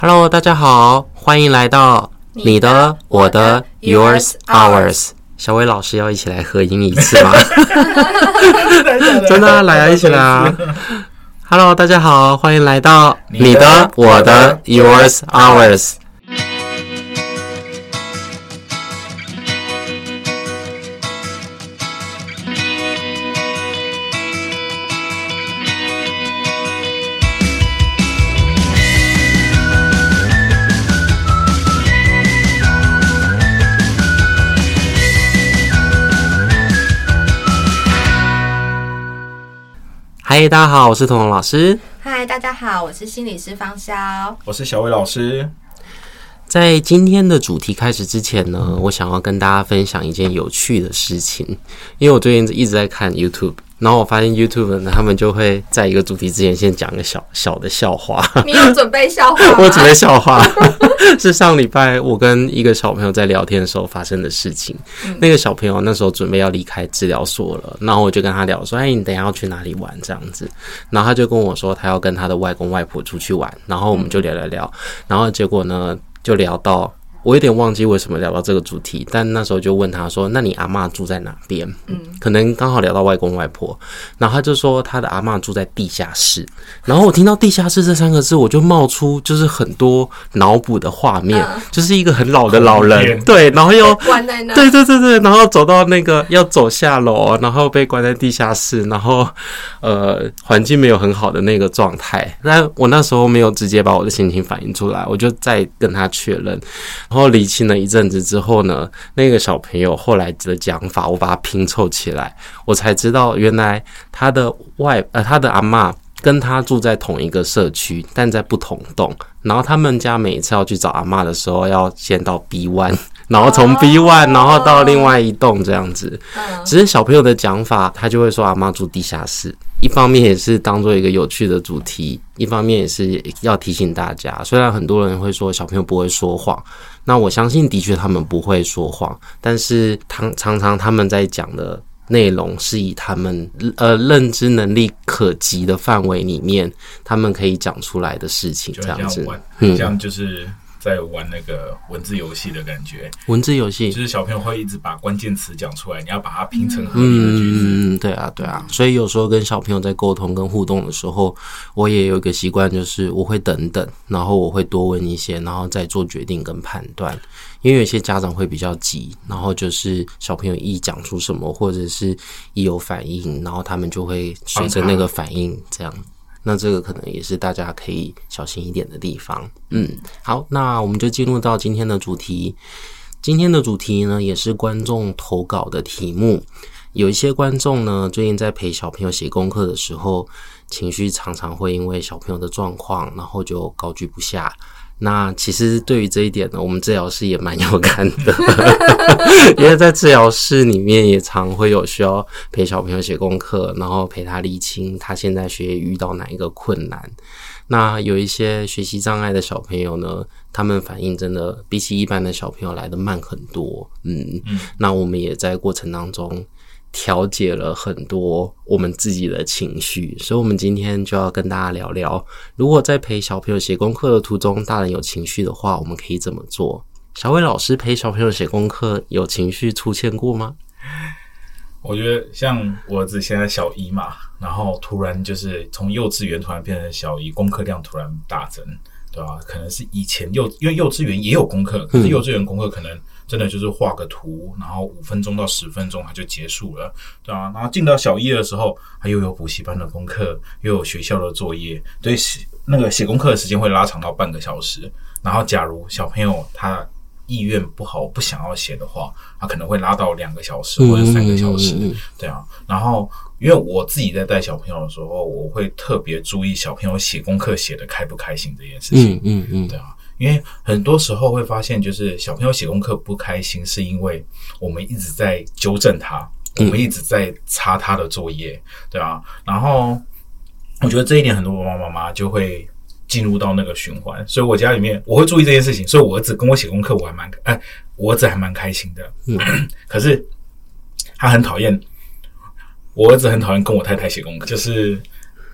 Hello， 大家好，欢迎来到你的、我的、yours、ours。小伟老师要一起来合音一次吗？真的啊，来啊，一起来啊 ！Hello， 大家好，欢迎来到你的、我的、yours、ours。嗨，大家好，我是彤彤老师。 嗨，大家好，我是心理师方潇， 我是小伟老师。 在今天的主题开始之前呢，我想要跟大家分享一件有趣的事情，因为我最近一直在看 YouTube， 然后我发现 YouTube 呢，他们就会在一个主题之前先讲一个小的笑话。 你有准备笑话吗？ 我准备笑话，是上礼拜我跟一个小朋友在聊天的时候发生的事情。那个小朋友那时候准备要离开治疗所了，然后我就跟他聊说：“哎，你等一下要去哪里玩？”这样子，然后他就跟我说他要跟他的外公外婆出去玩，然后我们就聊，然后结果呢就聊到。我有点忘记为什么聊到这个主题，但那时候就问他说：“那你阿嬷住在哪边？”可能刚好聊到外公外婆，然后他就说他的阿嬷住在地下室。然后我听到地下室这三个字，我就冒出就是很多脑补的画面，就是一个很老的老人，对，然后又关在那， 对，然后走到那个要走下楼，然后被关在地下室，然后环境没有很好的那个状态。但我那时候没有直接把我的心情反映出来，我就再跟他确认。然后理清了一阵子之后呢，那个小朋友后来的讲法，我把它拼凑起来，我才知道原来他的阿嬷跟他住在同一个社区，但在不同栋。然后他们家每一次要去找阿嬷的时候，要先到 B1， 然后从 B1 然后到另外一栋这样子。只是小朋友的讲法，他就会说阿嬷住地下室。一方面也是当做一个有趣的主题，一方面也是要提醒大家，虽然很多人会说小朋友不会说谎，那我相信的确他们不会说谎，但是常常他们在讲的内容是以他们认知能力可及的范围里面，他们可以讲出来的事情，这样子。 这样就是在玩那个文字游戏的感觉。文字游戏就是小朋友会一直把关键词讲出来，你要把它拼成合理的句子。 对啊。所以有时候跟小朋友在沟通跟互动的时候，我也有一个习惯，就是我会等，然后我会多问一些，然后再做决定跟判断。因为有些家长会比较急，然后就是小朋友一讲出什么，或者是一有反应，然后他们就会随着那个反应这样。那这个可能也是大家可以小心一点的地方。好，那我们就进入到今天的主题。今天的主题呢，也是观众投稿的题目。有一些观众呢，最近在陪小朋友写功课的时候，情绪常常会因为小朋友的状况，然后就高居不下。那其实对于这一点呢，我们治疗室也蛮有感的，因为在治疗室里面也常会有需要陪小朋友写功课，然后陪他厘清他现在学业遇到哪一个困难。那有一些学习障碍的小朋友呢，他们反应真的比起一般的小朋友来得慢很多。那我们也在过程当中调节了很多我们自己的情绪，所以我们今天就要跟大家聊聊，如果在陪小朋友写功课的途中，大人有情绪的话，我们可以怎么做？小伟老师陪小朋友写功课有情绪出现过吗？ 我觉得像我儿子现在小一嘛，然后突然就是从幼稚园突然变成小一，功课量突然大增，对吧？可能是以前因为幼稚园也有功课，可是幼稚园功课可能真的就是画个图，然后5分钟到10分钟它就结束了，对啊。然后进到小一的时候，他又有补习班的功课，又有学校的作业，所以那个写功课的时间会拉长到半个小时。然后假如小朋友他意愿不好，不想要写的话，他可能会拉到2个小时或者3个小时，对啊。然后因为我自己在带小朋友的时候，我会特别注意小朋友写功课写得开不开心这件事情，对啊。因为很多时候会发现，就是小朋友写功课不开心，是因为我们一直在纠正他，我们一直在擦他的作业，对啊。然后我觉得这一点很多爸爸妈妈就会进入到那个循环，所以我家里面我会注意这件事情，所以我儿子跟我写功课，我儿子还蛮开心的。可是他很讨厌，我儿子很讨厌跟我太太写功课，就是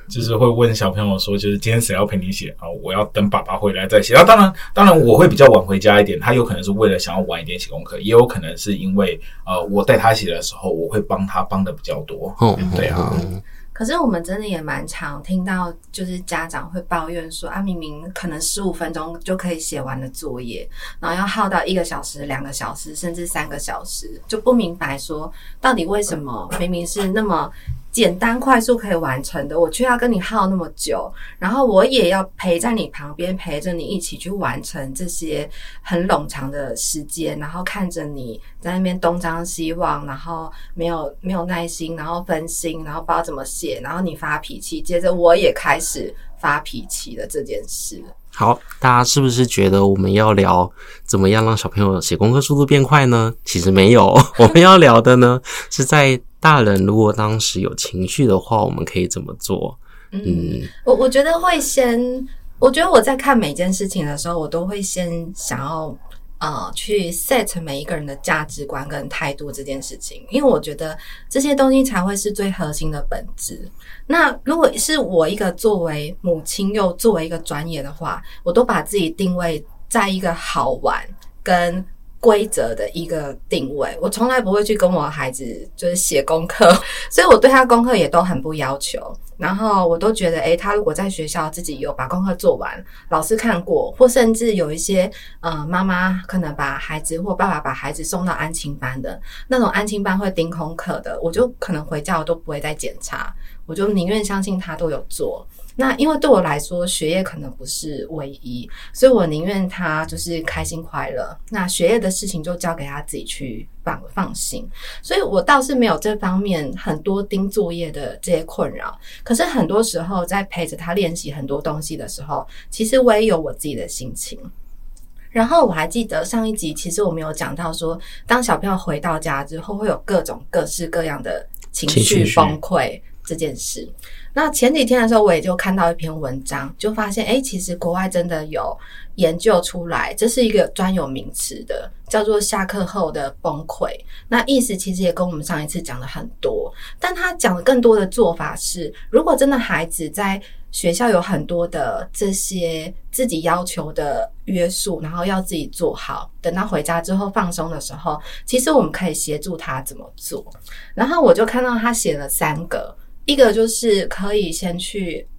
就是会问小朋友说，就是今天谁要陪你写啊？我要等爸爸回来再写。然后当然我会比较晚回家一点，他有可能是为了想要晚一点写功课，也有可能是因为我带他写的时候，我会帮的比较多。对啊。 可是我们真的也蛮常听到，就是家长会抱怨说啊，明明可能15分钟就可以写完的作业，然后要耗到1个小时、2个小时，甚至3个小时，就不明白说到底为什么明明是那么简单快速可以完成的，我却要跟你耗那么久，然后我也要陪在你旁边，陪着你一起去完成这些很冗长的时间，然后看着你在那边东张西望，然后没有耐心，然后分心，然后不知道怎么写，然后你发脾气，接着我也开始发脾气的这件事。 好，大家是不是觉得我们要聊怎么样让小朋友写功课速度变快呢？其实没有，我们要聊的呢是在大人如果当时有情绪的话，我们可以怎么做？ 我觉得会先，我觉得我在看每件事情的时候，我都会先想要去 set 每一个人的价值观跟态度这件事情，因为我觉得这些东西才会是最核心的本质。那如果是我一个作为母亲又作为一个专业的话，我都把自己定位在一个好玩跟规则的一个定位，我从来不会去跟我孩子就是写功课，所以我对他功课也都很不要求，然后我都觉得他如果在学校自己有把功课做完，老师看过，或甚至有一些妈妈可能把孩子或爸爸把孩子送到安亲班的那种，安亲班会盯功课的，我就可能回家我都不会再检查，我就宁愿相信他都有做。那因为对我来说学业可能不是唯一，所以我宁愿他就是开心快乐，那学业的事情就交给他自己去放心，所以我倒是没有这方面很多盯作业的这些困扰。可是很多时候在陪着他练习很多东西的时候，其实我也有我自己的心情。然后我还记得上一集其实我们有讲到说，当小朋友回到家之后会有各式各样的情绪崩溃这件事。那前几天的时候我也就看到一篇文章，就发现其实国外真的有研究出来，这是一个专有名词的，叫做下课后的崩溃。那意思其实也跟我们上一次讲的很多，但他讲的更多的做法是，如果真的孩子在学校有很多的这些自己要求的约束，然后要自己做好，等到回家之后放松的时候，其实我们可以协助他怎么做。然后我就看到他写了3个，一个就是可以先去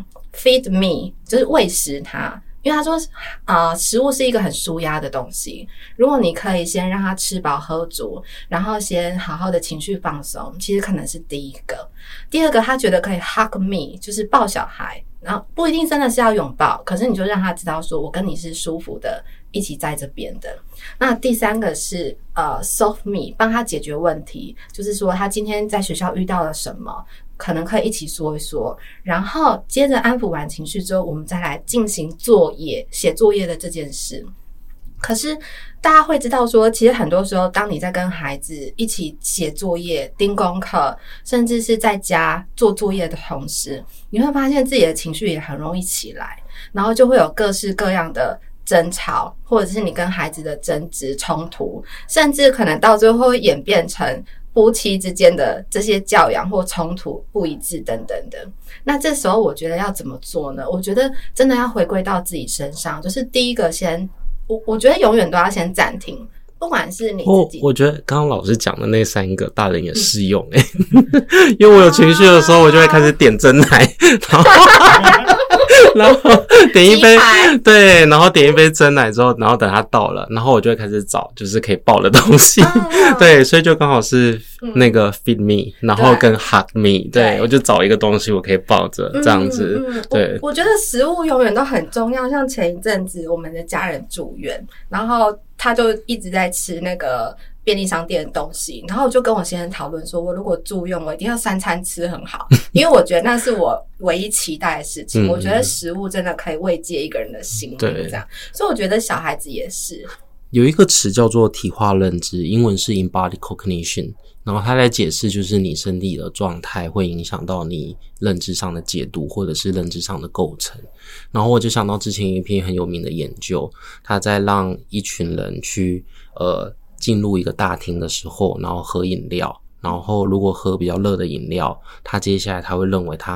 feed me， 就是喂食他，因为他说食物是一个很抒压的东西，如果你可以先让他吃饱喝足，然后先好好的情绪放松，其实可能是第一个。第二个他觉得可以 hug me， 就是抱小孩，然后不一定真的是要拥抱，可是你就让他知道说我跟你是舒服的，一起在这边的。那第3个是solve me， 帮他解决问题，就是说他今天在学校遇到了什么，可能可以一起说一说，然后接着安抚完情绪之后，我们再来进行作业，写作业的这件事。可是大家会知道说，其实很多时候当你在跟孩子一起写作业、盯功课，甚至是在家做作业的同时，你会发现自己的情绪也很容易起来，然后就会有各式各样的争吵，或者是你跟孩子的争执冲突，甚至可能到最后会演变成夫妻之间的这些教养或冲突不一致等等的。那这时候我觉得要怎么做呢？我觉得真的要回归到自己身上，就是第一个先我觉得永远都要先暂停，不管是你自己。 我觉得刚刚老师讲的那3个大人也适用因为我有情绪的时候，我就会开始点珍奶，然后点一杯，对，然后点一杯珍奶之后，然后等它倒了，然后我就会开始找就是可以抱的东西，对，所以就刚好是那个 feed me， 然后跟 hug me， 对，我就找一个东西我可以抱着这样子，对。 我觉得食物永远都很重要，像前一阵子我们的家人住院，然后他就一直在吃那个便利商店的东西，然后我就跟我先生讨论说，我如果住院，我一定要3餐吃很好，因为我觉得那是我唯一期待的事情。我觉得食物真的可以慰藉一个人的心灵，这样。所以我觉得小孩子也是。 有一个词叫做体化认知，英文是 embodied cognition， 然后它来解释就是你身体的状态会影响到你认知上的解读或者是认知上的构成。然后我就想到之前一篇很有名的研究，他在让一群人去进入一个大厅的时候，然后喝饮料，然后如果喝比较热的饮料，他接下来他会认为他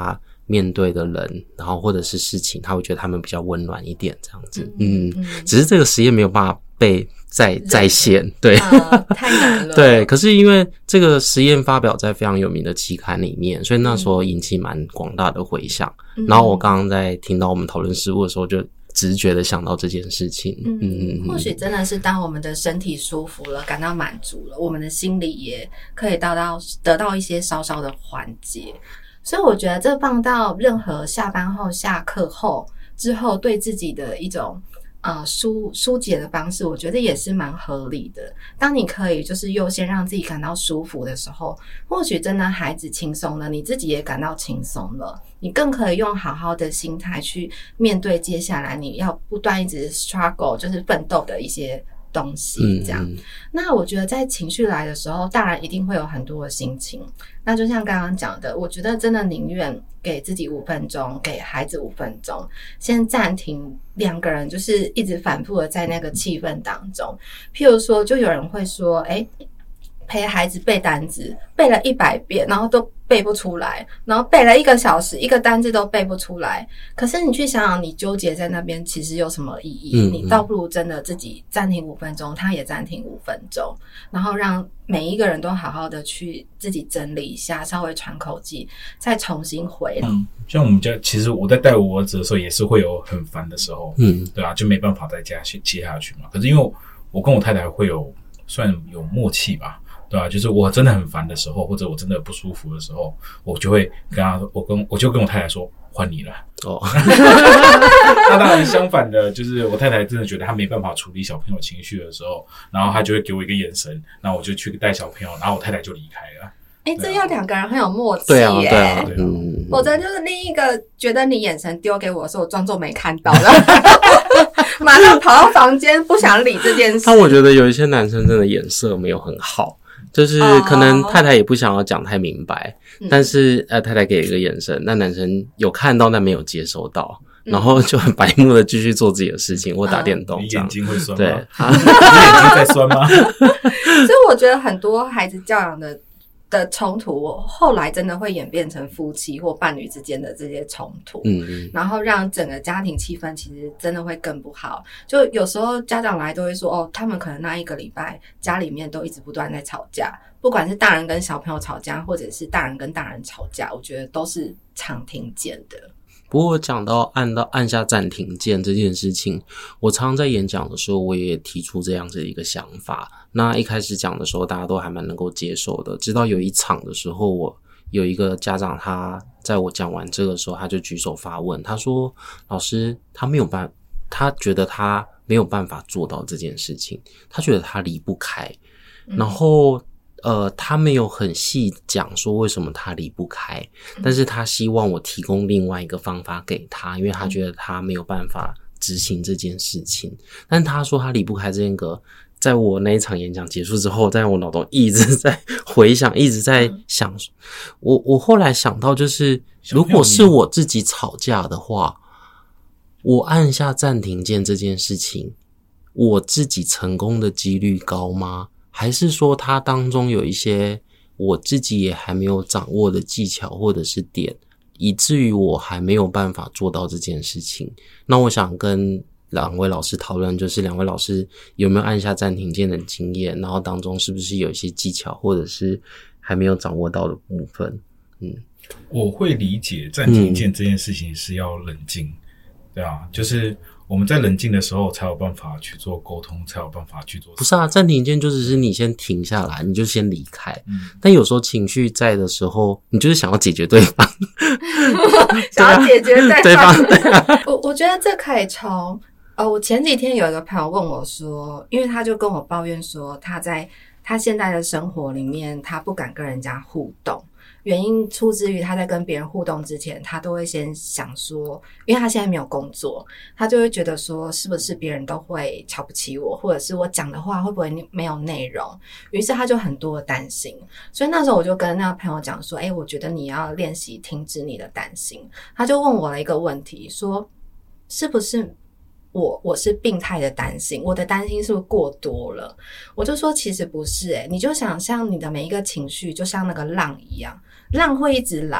面对的人，然后或者是事情，他会觉得他们比较温暖一点这样子。只是这个实验没有办法被再现，对， 太难了。 对，可是因为这个实验发表在非常有名的期刊里面，所以那时候引起蛮广大的回响。然后我刚刚在听到我们讨论食物的时候，就直觉的想到这件事情。 或许真的是当我们的身体舒服了，感到满足了，我们的心理也可以得到一些稍稍的缓解。所以我觉得这放到任何下班后、下课后之后对自己的一种疏解的方式，我觉得也是蛮合理的。当你可以就是优先让自己感到舒服的时候，或许真的孩子轻松了，你自己也感到轻松了，你更可以用好好的心态去面对接下来你要不断一直 struggle 就是奋斗的一些东西这样。那我觉得在情绪来的时候，当然一定会有很多的心情，那就像刚刚讲的，我觉得真的宁愿给自己5分钟，给孩子5分钟，先暂停，两个人就是一直反复的在那个气氛当中。譬如说就有人会说陪孩子背单字，背了100遍，然后都背不出来，然后背了1个小时，一个单字都背不出来。可是你去想想，你纠结在那边其实有什么意义？你倒不如真的自己暂停5分钟，他也暂停5分钟，然后让每一个人都好好的去自己整理一下，稍微喘口气，再重新回来。 像我们家，其实我在带我儿子的时候，也是会有很烦的时候，对啊，就没办法再接下去嘛。可是因为我跟我太太会算有默契吧。对啊，就是我真的很烦的时候，或者我真的不舒服的时候，我就会跟他说，我就跟我太太说，换你了。那当然相反的，就是我太太真的觉得她没办法处理小朋友情绪的时候，然后她就会给我一个眼神，然后我就去带小朋友，然后我太太就离开了。 这要两个人很有默契对啊， 否则就是另一个觉得你眼神丢给我的时候，我装作没看到了，马上跑到房间不想理这件事。 但我觉得有一些男生真的眼色没有很好。就是可能太太也不想要讲太明白，但是太太给一个眼神，那男生有看到但没有接收到，然后就很白目的继续做自己的事情或打电动这样。 你眼睛会酸吗？ 对， 你眼睛在酸吗？ 所以我觉得很多孩子教养的冲突，后来真的会演变成夫妻或伴侣之间的这些冲突，然后让整个家庭气氛其实真的会更不好。就有时候家长来都会说，他们可能那1个礼拜家里面都一直不断在吵架，不管是大人跟小朋友吵架，或者是大人跟大人吵架，我觉得都是常听见的。 不过讲到按下暂停键这件事情，我常常在演讲的时候，我也提出这样子的一个想法。那一开始讲的时候，大家都还蛮能够接受的。直到有一场的时候，我有一个家长，他在我讲完这个时候，他就举手发问，他说：“老师，他觉得他没有办法做到这件事情，他觉得他离不开。然后他没有很细讲说为什么他离不开，但是他希望我提供另外一个方法给他，因为他觉得他没有办法执行这件事情。但他说他离不开这个，在我那一场演讲结束之后，在我脑中一直在回想，一直在想。我后来想到，就是如果是我自己吵架的话，我按下暂停键这件事情，我自己成功的几率高吗？还是说它当中有一些我自己也还没有掌握的技巧或者是点，以至于我还没有办法做到这件事情？那我想跟2位老师讨论，就是2位老师有没有按下暂停键的经验，然后当中是不是有一些技巧或者是还没有掌握到的部分。 我会理解暂停键这件事情是要冷静，对啊，就是我们在冷静的时候才有办法去做沟通，才有办法去做。 不是啊，暂停键就只是你先停下来，你就先离开。但有时候情绪在的时候，你就是想要解决对方， 想要解决对方。 对我觉得这可以从我前几天有一个朋友问我说，因为他就跟我抱怨说，他现在的生活里面，他不敢跟人家互动。原因出自于他在跟别人互动之前，他都会先想说，因为他现在没有工作，他就会觉得说，是不是别人都会瞧不起我，或者是我讲的话会不会没有内容，于是他就很多的担心。所以那时候我就跟那个朋友讲说，我觉得你要练习停止你的担心。他就问我了一个问题，说是不是我是病态的担心，我的担心是不是过多了？我就说其实不是你就想象你的每一个情绪就像那个浪一样，浪会一直来，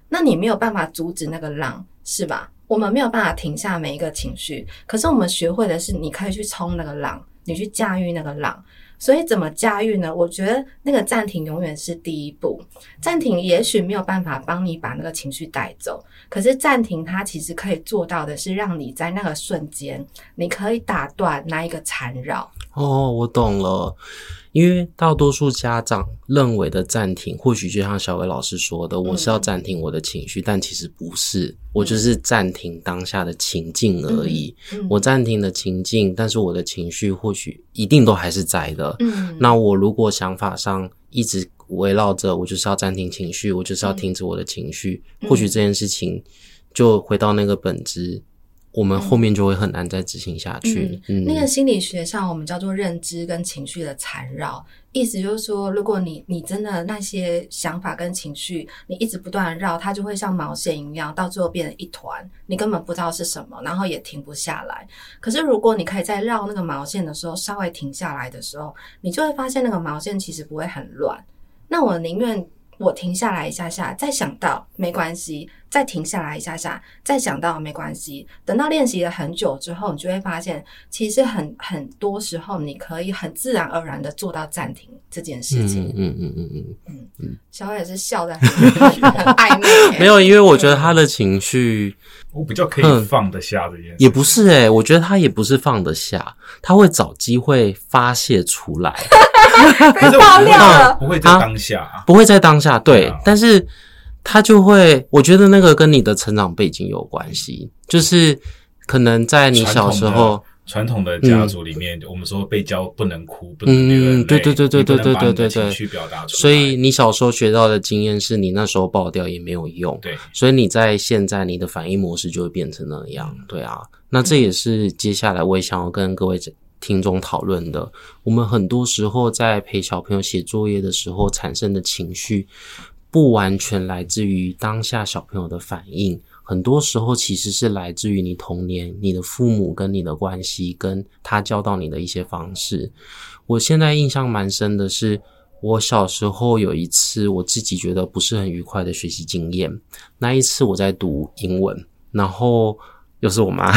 那你没有办法阻止那个浪，是吧？我们没有办法停下每一个情绪，可是我们学会的是你可以去冲那个浪，你去驾驭那个浪。所以怎么驾驭呢？我觉得那个暂停永远是第一步。暂停也许没有办法帮你把那个情绪带走，可是暂停它其实可以做到的是让你在那个瞬间你可以打断那一个缠绕。 哦，我懂了。因为大多数家长认为的暂停，或许就像小伟老师说的，我是要暂停我的情绪，但其实不是，我就是暂停当下的情境而已。我暂停的情境，但是我的情绪或许一定都还是在的。那我如果想法上一直围绕着我就是要暂停情绪，我就是要停止我的情绪，或许这件事情就回到那个本质，我们后面就会很难再执行下去。 那个心理学上我们叫做认知跟情绪的缠绕，意思就是说，如果你真的那些想法跟情绪你一直不断的绕，它就会像毛线一样，到最后变成一团，你根本不知道是什么，然后也停不下来。可是如果你可以在绕那个毛线的时候稍微停下来的时候，你就会发现那个毛线其实不会很乱。那我宁愿我停下来一下下，再想到没关系，再停下来一下下，再想到没关系。等到练习了很久之后，你就会发现，其实很多时候你可以很自然而然的做到暂停这件事情。小伟也是笑得很暧昧。 没有，因为我觉得他的情绪， 我比较可以放得下这件事。 也不是我觉得他也不是放得下，他会找机会发泄出来。 被爆料了， 不会在当下， 不会在当下，对，但是他就会，我觉得那个跟你的成长背景有关系，就是可能在你小时候传统的家族里面，我们说被教不能哭，不能流泪， 对， 你不能把你的情绪表达出来， 所以你小时候学到的经验是你那时候爆掉也没有用， 对， 所以你在现在你的反应模式就会变成那样，对啊，那这也是接下来我也想要跟各位听众讨论的，我们很多时候在陪小朋友写作业的时候产生的情绪，不完全来自于当下小朋友的反应，很多时候其实是来自于你童年你的父母跟你的关系，跟他教导你的一些方式。我现在印象蛮深的是，我小时候有一次我自己觉得不是很愉快的学习经验，那一次我在读英文，然后又是我妈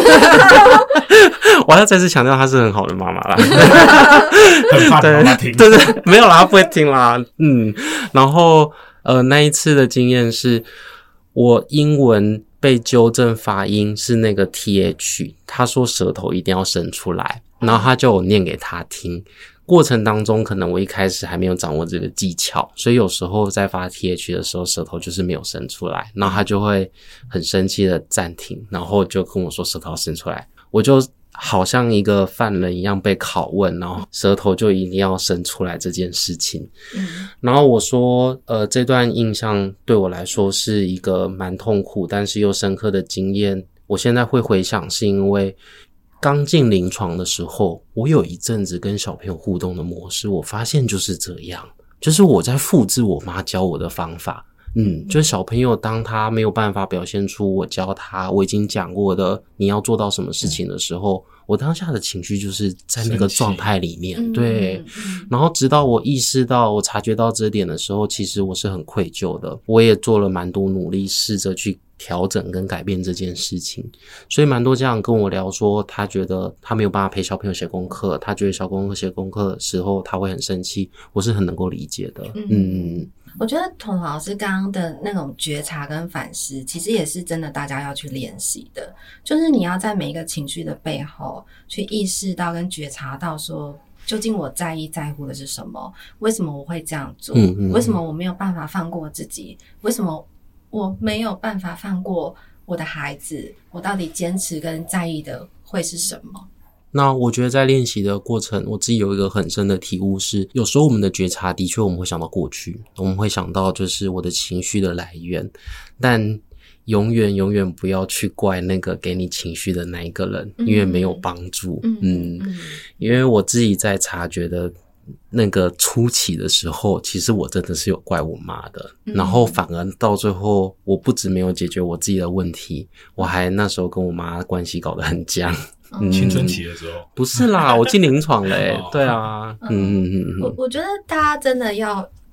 我要再次强调她是很好的妈妈啦很怕妈妈听， 对，没有啦，她不会听啦。然后那一次的经验是我英文被纠正发音是那个 th， 她说舌头一定要伸出来，然后她叫我念给她听，过程当中可能我一开始还没有掌握这个技巧，所以有时候在发 th 的时候舌头就是没有伸出来，然后他就会很生气的暂停，然后就跟我说舌头要伸出来，我就好像一个犯人一样被拷问，然后舌头就一定要伸出来这件事情。然后我说这段印象对我来说是一个蛮痛苦但是又深刻的经验，我现在会回想是因为刚进临床的时候，我有一阵子跟小朋友互动的模式，我发现就是这样，就是我在复制我妈教我的方法。就是小朋友当他没有办法表现出我教他我已经讲过的你要做到什么事情的时候，我当下的情绪就是在那个状态里面，对。然后直到我意识到我察觉到这点的时候，其实我是很愧疚的，我也做了蛮多努力试着去调整跟改变这件事情。所以蛮多家长跟我聊说，他觉得他没有办法陪小朋友写功课，他觉得小朋友写功课的时候他会很生气，我是很能够理解的。 我觉得童老师刚刚的那种觉察跟反思其实也是真的大家要去练习的，就是你要在每一个情绪的背后去意识到跟觉察到说究竟我在乎的是什么，为什么我会这样做，为什么我没有办法放过自己，为什么我没有办法放过我的孩子，我到底坚持跟在意的会是什么。 那我觉得在练习的过程，我自己有一个很深的体悟是，有时候我们的觉察的确我们会想到过去，我们会想到就是我的情绪的来源，但永远不要去怪那个给你情绪的那一个人，因为没有帮助。因为我自己在察觉的那个初期的时候，其实我真的是有怪我妈的，然后反而到最后我不止没有解决我自己的问题，我还那时候跟我妈关系搞得很僵。 青春期的时候不是啦，我进临床了对啊。 我觉得大家真的要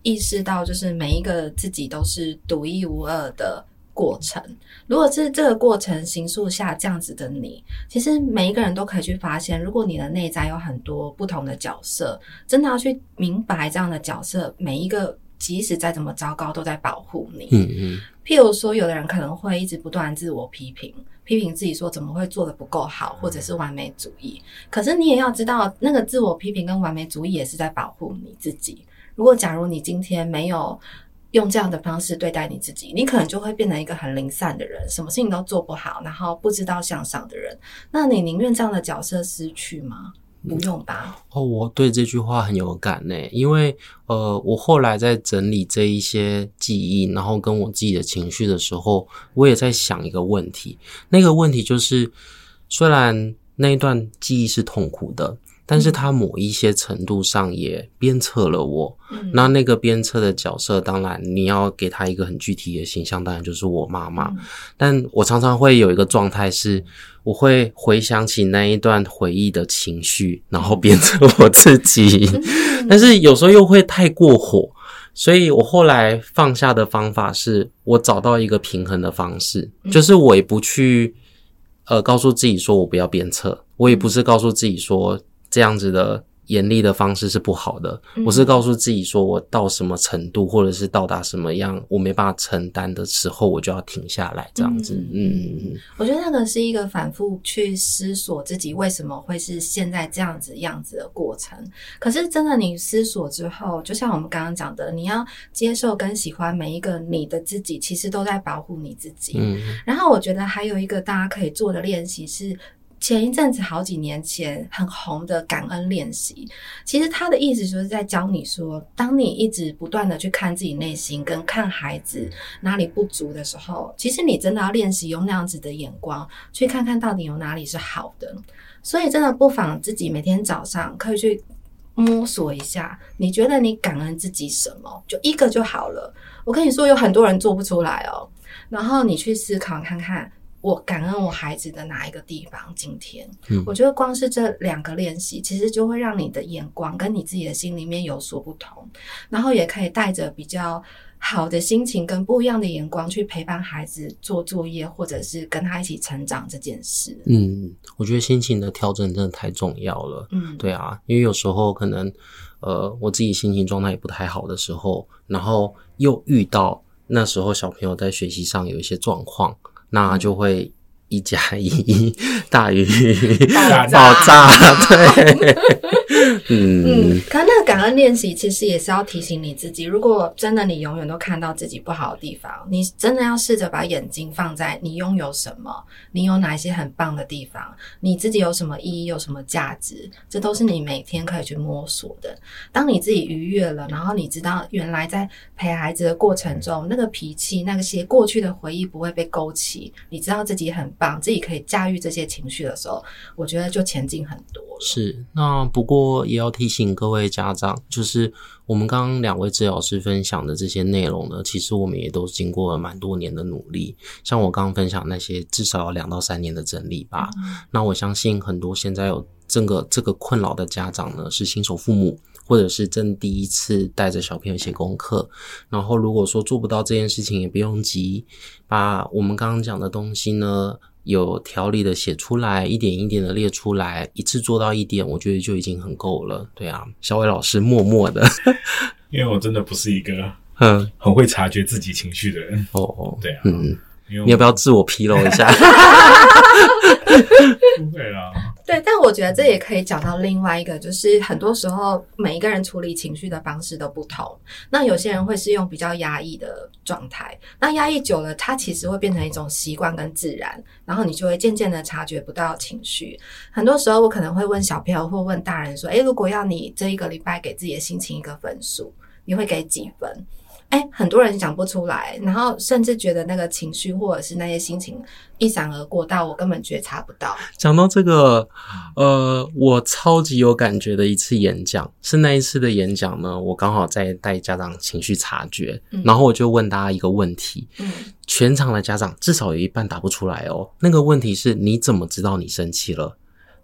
意识到，就是每一个自己都是独一无二的过程。如果是这个过程形塑下这样子的你，其实每一个人都可以去发现，如果你的内在有很多不同的角色，真的要去明白这样的角色，每一个即使再怎么糟糕都在保护你。譬如说有的人可能会一直不断自我批评自己说怎么会做得不够好，或者是完美主义。可是你也要知道，那个自我批评跟完美主义也是在保护你自己。如果假如你今天没有用这样的方式对待你自己，你可能就会变成一个很零散的人，什么事情都做不好，然后不知道向上的人。那你宁愿这样的角色失去吗？不用吧。 我对这句话很有感耶，因为我后来在整理这一些记忆，然后跟我自己的情绪的时候，我也在想一个问题。那个问题就是，虽然那一段记忆是痛苦的，但是它某一些程度上也鞭策了我。那个鞭策的角色，当然你要给他一个很具体的形象，当然就是我妈妈。但我常常会有一个状态是，我会回想起那一段回忆的情绪，然后鞭策我自己。但是有时候又会太过火，所以我后来放下的方法是，我找到一个平衡的方式，就是我也不去告诉自己说我不要鞭策，我也不是告诉自己说这样子的严厉的方式是不好的，我是告诉自己说我到什么程度，或者是到达什么样我没办法承担的时候，我就要停下来这样子。 我觉得那个是一个反复去思索自己为什么会是现在这样子样子的过程。可是真的你思索之后，就像我们刚刚讲的，你要接受跟喜欢每一个你的自己，其实都在保护你自己。然后我觉得还有一个大家可以做的练习是，前一阵子好几年前很红的感恩练习，其实他的意思就是在教你说，当你一直不断的去看自己内心跟看孩子哪里不足的时候，其实你真的要练习用那样子的眼光去看看到底有哪里是好的。所以真的不妨自己每天早上可以去摸索一下，你觉得你感恩自己什么，就一个就好了。我跟你说有很多人做不出来哦，然后你去思考看看，我感恩我孩子的哪一个地方今天。我觉得光是这2个练习，其实就会让你的眼光跟你自己的心里面有所不同，然后也可以带着比较好的心情跟不一样的眼光去陪伴孩子做作业，或者是跟他一起成长这件事。 我觉得心情的调整真的太重要了。对啊，因为有时候可能我自己心情状态也不太好的时候，然后又遇到那时候小朋友在学习上有一些状况，那就会1+1大于爆炸。对。 可是那个感恩练习其实也是要提醒你自己，如果真的你永远都看到自己不好的地方，你真的要试着把眼睛放在你拥有什么，你有哪一些很棒的地方，你自己有什么意义，有什么价值，这都是你每天可以去摸索的。当你自己愉悦了，然后你知道原来在陪孩子的过程中，那个脾气那些过去的回忆不会被勾起，你知道自己很棒，自己可以驾驭这些情绪的时候，我觉得就前进很多了。 是，那不过也要提醒各位家长，就是我们刚刚2位治疗师分享的这些内容呢，其实我们也都经过了蛮多年的努力。像我刚刚分享那些，至少要2到3年的整理吧。那我相信很多现在有这个困扰的家长呢，是新手父母，或者是正第一次带着小朋友写功课。然后如果说做不到这件事情，也不用急，把我们刚刚讲的东西呢，有条理的写出来，一点一点的列出来，一次做到1点，我觉得就已经很够了。对啊，小伟老师默默的因为我真的不是一个很会察觉自己情绪的人。对啊。 你要不要自我披露一下？ 不会啦。 对，但我觉得这也可以讲到另外一个，就是很多时候每一个人处理情绪的方式都不同。那有些人会是用比较压抑的状态，那压抑久了，它其实会变成一种习惯跟自然，然后你就会渐渐的察觉不到情绪。很多时候我可能会问小朋友或问大人说，如果要你这一个礼拜给自己的心情一个分数，你会给几分？很多人讲不出来，然后甚至觉得那个情绪或者是那些心情一闪而过到我根本觉察不到。 讲到这个我超级有感觉的一次演讲，是那一次的演讲呢，我刚好在带家长情绪察觉，然后我就问大家一个问题，全场的家长至少有一半答不出来哦。那个问题是，你怎么知道你生气了？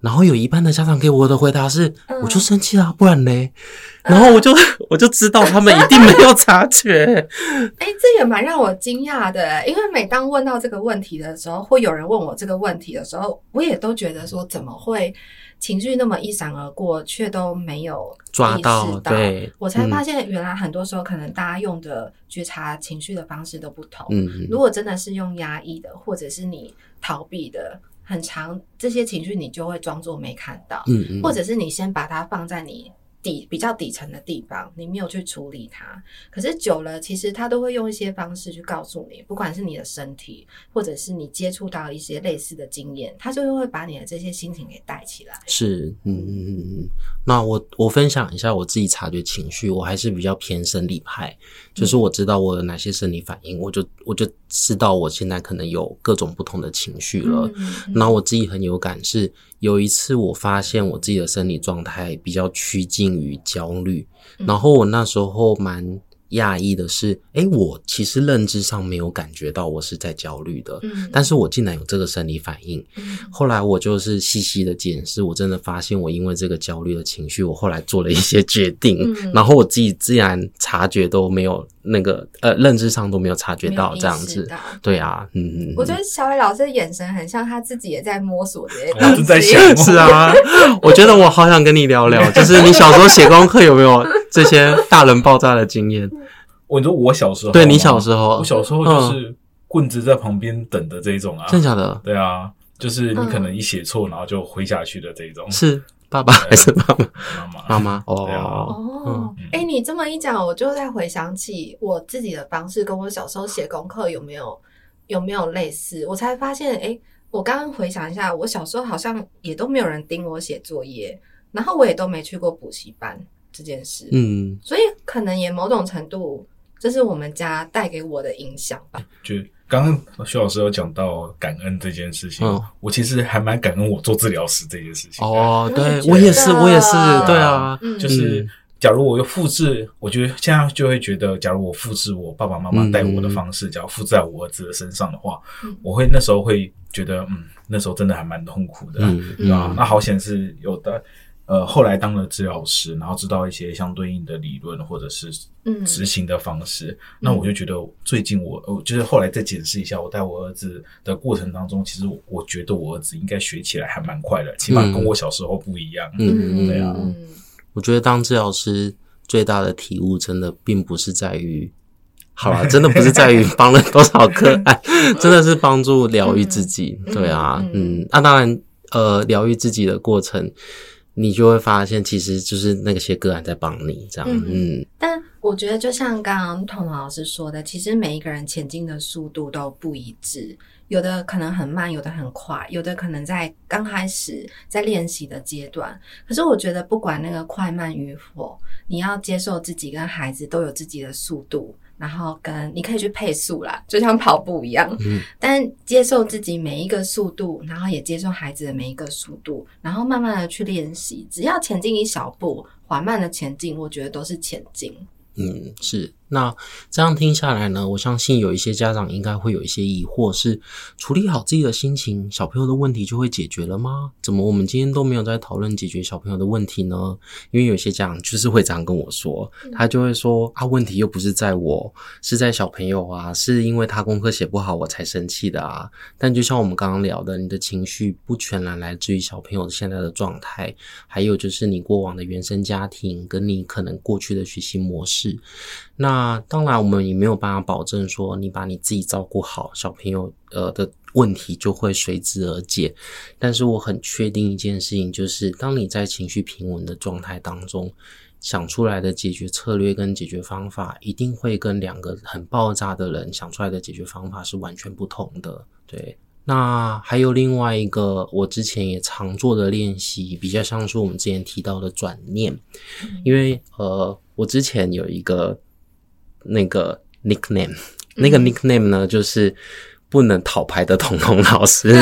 然后有一半的家长给我的回答是，我就生气啦，不然嘞，然后我就知道他们一定没有察觉。 这也蛮让我惊讶的，因为每当问到这个问题的时候，或有人问我这个问题的时候，我也都觉得说怎么会情绪那么一闪而过，却都没有抓到，对， 我才发现原来很多时候可能大家用的觉察情绪的方式都不同。如果真的是用压抑的，或者是你逃避的，很长这些情绪你就会装作没看到，或者是你先把它放在你比较底层的地方，你没有去处理它，可是久了其实它都会用一些方式去告诉你，不管是你的身体或者是你接触到一些类似的经验，它就会把你的这些心情给带起来。 是那我分享一下我自己察觉情绪，我还是比较偏生理派，就是我知道我有哪些生理反应，我就知道我现在可能有各种不同的情绪了。那我自己很有感是有一次我发现我自己的生理状态比较趋近于焦虑，然后我那时候蛮讶异的是，我其实认知上没有感觉到我是在焦虑的，但是我竟然有这个生理反应。后来我就是细细的检视，我真的发现我因为这个焦虑的情绪，我后来做了一些决定，然后我自己自然察觉都没有那个认知上都没有察觉到这样子。对啊， 我觉得小伟老师的眼神很像他自己也在摸索这些东西。 在想是啊，我觉得我好想跟你聊聊，就是你小时候写功课有没有这些大人爆炸的经验？ 你说我小时候， 对，你小时候， 我小时候就是棍子在旁边等的这一种啊。 真的假的？ 对啊，就是你可能一写错，然后就挥下去的这一种。 是爸爸还是妈妈？妈妈。 你这么一讲，我就在回想起我自己的方式，跟我小时候写功课有没有类似？我才发现，我刚刚回想一下，我小时候好像也都没有人盯我写作业，然后我也都没去过补习班这件事。所以可能也某种程度，这是我们家带给我的影响吧。 就刚刚徐老师有讲到感恩这件事情，我其实还蛮感恩我做治疗师这件事情。 对，我也是，对啊， 就是假如我有复制，我觉得现在就会觉得，假如我复制我爸爸妈妈带我的方式，假如复制在我儿子的身上的话，我那时候会觉得，那时候真的还蛮痛苦的，对吧？那好险是有的。后来当了治疗师，然后知道一些相对应的理论或者是执行的方式，那我就觉得最近我就是后来再检视一下我带我儿子的过程当中，其实我觉得我儿子应该学起来还蛮快的，起码跟我小时候不一样。对啊， 我觉得当治疗师最大的体悟真的并不是在于好啦，真的不是在于帮了多少个案，真的是帮助疗愈自己。对啊，当然疗愈自己的过程你就会发现其实就是那些个案在帮你这样。 但我觉得就像刚刚彤彤老师说的，其实每一个人前进的速度都不一致，有的可能很慢，有的很快，有的可能在刚开始在练习的阶段。可是我觉得不管那个快慢与否，你要接受自己跟孩子都有自己的速度，然后跟你可以去配速啦，就像跑步一样。但接受自己每一个速度，然后也接受孩子的每一个速度，然后慢慢的去练习，只要前进一小步，缓慢的前进，我觉得都是前进。 是。那这样听下来呢，我相信有一些家长应该会有一些疑惑，是处理好自己的心情，小朋友的问题就会解决了吗？怎么我们今天都没有在讨论解决小朋友的问题呢？因为有些家长就是会这样跟我说，他就会说问题又不是在我，是在小朋友啊，是因为他功课写不好我才生气的啊。但就像我们刚刚聊的，你的情绪不全然来自于小朋友现在的状态，还有就是你过往的原生家庭跟你可能过去的学习模式。那当然我们也没有办法保证说你把你自己照顾好，小朋友的问题就会随之而解。但是我很确定一件事情，就是当你在情绪平稳的状态当中，想出来的解决策略跟解决方法一定会跟两个很爆炸的人想出来的解决方法是完全不同的。对，那还有另外一个我之前也常做的练习，比较像是我们之前提到的转念。因为我之前有一个那个 nickname， 那个 nickname 呢就是不能讨牌的彤彤老师。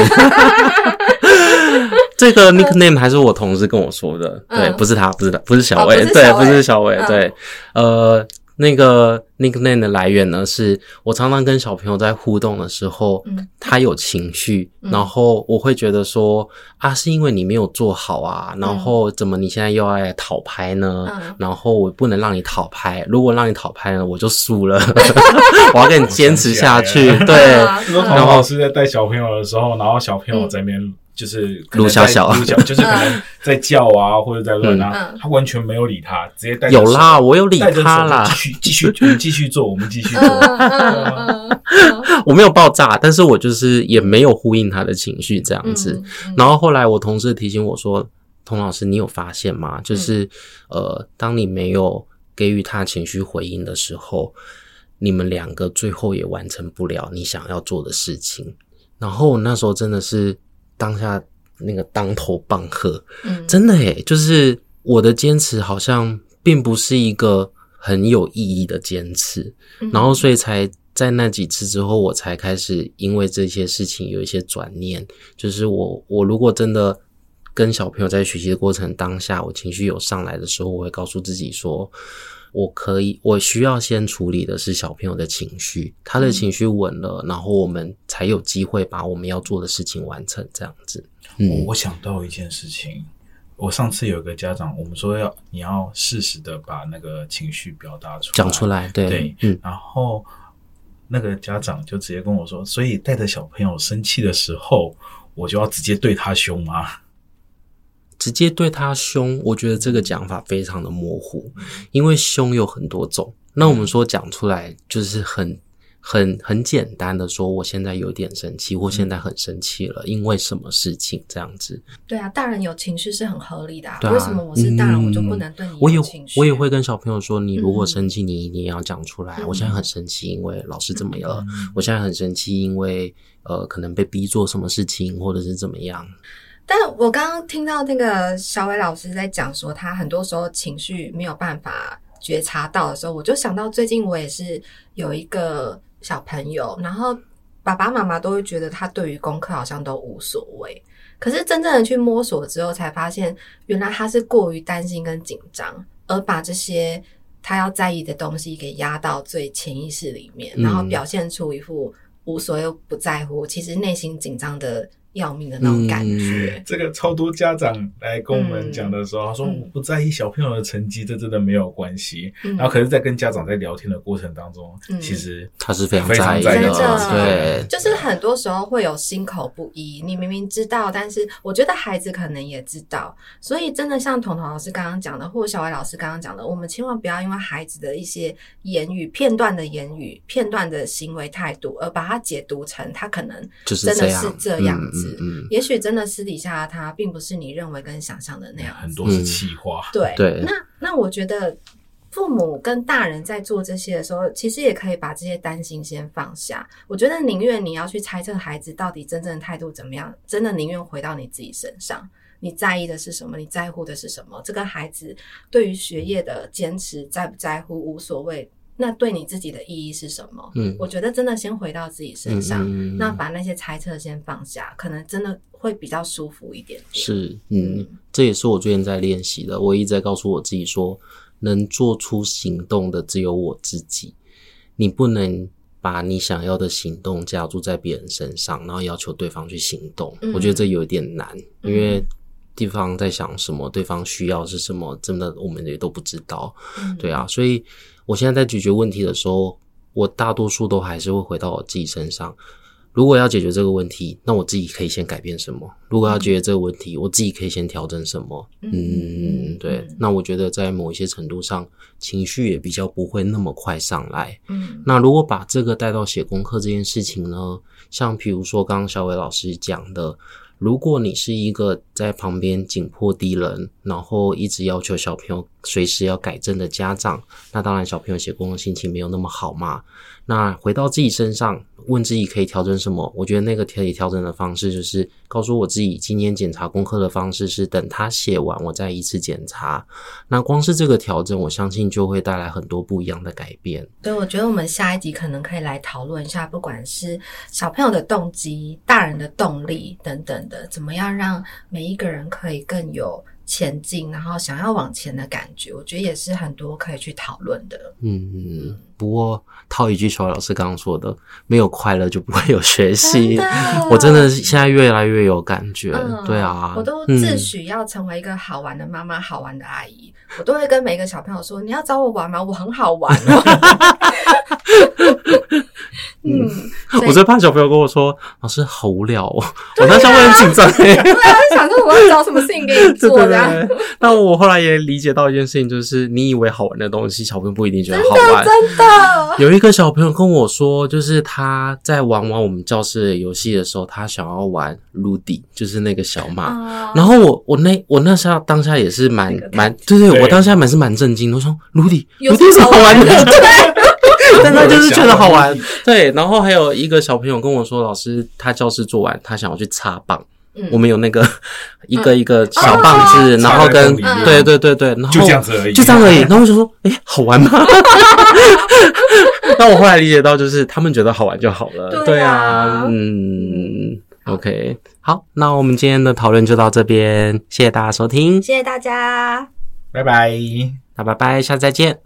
这个 nickname 还是我同事跟我说的，对，不是他，不是小伟，对，不是小伟，对， 那个 nickname 的来源呢，是我常常跟小朋友在互动的时候，他有情绪，然后我会觉得说啊，是因为你没有做好啊，然后怎么你现在又要来讨拍呢？然后我不能让你讨拍，如果让你讨拍呢，我就输了，我要跟你坚持下去。对， 然后老师在带小朋友的时候，然后小朋友在那边就是撸小小， 就是可能在叫啊，或者在乱啊，他完全没有理他，直接带着有啦，我有理他啦， 我们继续做，我们继续做。 我没有爆炸，但是我就是也没有呼应他的情绪这样子。然后后来我同事提醒我说，童老师，你有发现吗？就是当你没有给予他情绪回应的时候，你们两个最后也完成不了你想要做的事情。然后我那时候真的是当下那个当头棒喝，真的耶，就是我的坚持好像并不是一个很有意义的坚持，然后所以才在那几次之后，我才开始因为这些事情有一些转念，就是我如果真的跟小朋友在学习的过程当下，我情绪有上来的时候，我会告诉自己说，我需要先处理的是小朋友的情绪，他的情绪稳了，然后我们才有机会把我们要做的事情完成，这样子。 我想到一件事情，我上次有个家长，我们说你要适时的把那个情绪表达出来， 讲出来，对， 然后那个家长就直接跟我说，所以带着小朋友生气的时候，我就要直接对他凶吗？ 直接对他凶，我觉得这个讲法非常的模糊，因为凶有很多种。那我们说讲出来就是很简单的说，我现在有点生气，或现在很生气了，因为什么事情这样子。 对啊，大人有情绪是很合理的啊，为什么我是大人我就不能对你有情绪？ 我也会跟小朋友说，你如果生气，你一定要讲出来。我现在很生气，因为老师怎么了？我现在很生气，因为可能被逼做什么事情，或者是怎么样。 但我刚刚听到那个小伟老师在讲说，他很多时候情绪没有办法觉察到的时候，我就想到最近我也是有一个小朋友，然后爸爸妈妈都会觉得他对于功课好像都无所谓，可是真正的去摸索之后才发现，原来他是过于担心跟紧张，而把这些他要在意的东西给压到最潜意识里面，然后表现出一副无所谓不在乎，其实内心紧张的要命的那种感觉。 这个超多家长来跟我们讲的时候，他说我不在意小朋友的成绩，这真的没有关系。然后可是在跟家长在聊天的过程当中，其实他是非常在意的，对， 就是很多时候会有心口不一，你明明知道，但是我觉得孩子可能也知道，所以真的像彤彤老师刚刚讲的，或者小伟老师刚刚讲的，我们千万不要因为孩子的一些言语、片段的言语、片段的行为态度，而把它解读成他可能真的是这样子。也许真的私底下他并不是你认为跟想象的那样子， 很多是气话。 对，那我觉得父母跟大人在做这些的时候，其实也可以把这些担心先放下。我觉得宁愿你要去猜测孩子到底真正的态度怎么样，真的宁愿回到你自己身上。你在意的是什么？你在乎的是什么？这个孩子对于学业的坚持在不在乎无所谓，那对你自己的意义是什么？我觉得真的先回到自己身上，那把那些猜测先放下，可能真的会比较舒服一点点。 是，这也是我最近在练习的。我一直在告诉我自己说，能做出行动的只有我自己，你不能把你想要的行动加注在别人身上，然后要求对方去行动。我觉得这有点难，因为对方在想什么，对方需要是什么，真的我们也都不知道。对啊，所以我现在在解决问题的时候，我大多数都还是会回到我自己身上。如果要解决这个问题，那我自己可以先改变什么？如果要解决这个问题，我自己可以先调整什么？对。那我觉得在某一些程度上，情绪也比较不会那么快上来。那如果把这个带到写功课这件事情呢，像比如说刚刚小伟老师讲的，如果你是一个在旁边紧迫敌人，然后一直要求小朋友随时要改正的家长，那当然小朋友写功课心情没有那么好嘛。那回到自己身上，问自己可以调整什么，我觉得那个可以调整的方式就是告诉我自己，今天检查功课的方式是等他写完我再一次检查。那光是这个调整，我相信就会带来很多不一样的改变。 对，我觉得我们下一集可能可以来讨论一下，不管是小朋友的动机、大人的动力等等的，怎么样让每一个人可以更有前进，然后想要往前的感觉，我觉得也是很多可以去讨论的。 不过套一句小老师刚刚说的，没有快乐就不会有学习。 真的我真的现在越来越有感觉。对啊， 我都自诩要成为一个好玩的妈妈，好玩的阿姨。我都会跟每一个小朋友说：“你要找我玩吗？我很好玩哦。” 我最怕小朋友跟我说：“老师好无聊哦。”我当时会很紧张。对啊，想说我要找什么事情给你做这样。 但我后来也理解到一件事情，就是你以为好玩的东西，小朋友不一定觉得好玩。 真的。 有一个小朋友跟我说，就是他在玩我们教室的游戏的时候，他想要玩 Rudy， 就是那个小马。然后我那时候当下也是蛮对，我当下是蛮震惊的。我说 Rudy 是好玩的，但他就是觉得好玩。对，然后还有一个小朋友跟我说，老师他教室做完，他想要去擦棒。我们有那个一个小棒子，然后跟对，然后就这样子而已， 然后我就说，好玩吗？那我后来理解到，就是他们觉得好玩就好了。对啊，OK， 好，那我们今天的讨论就到这边，谢谢大家收听， 谢谢大家， 拜拜， 那拜拜，下次再见。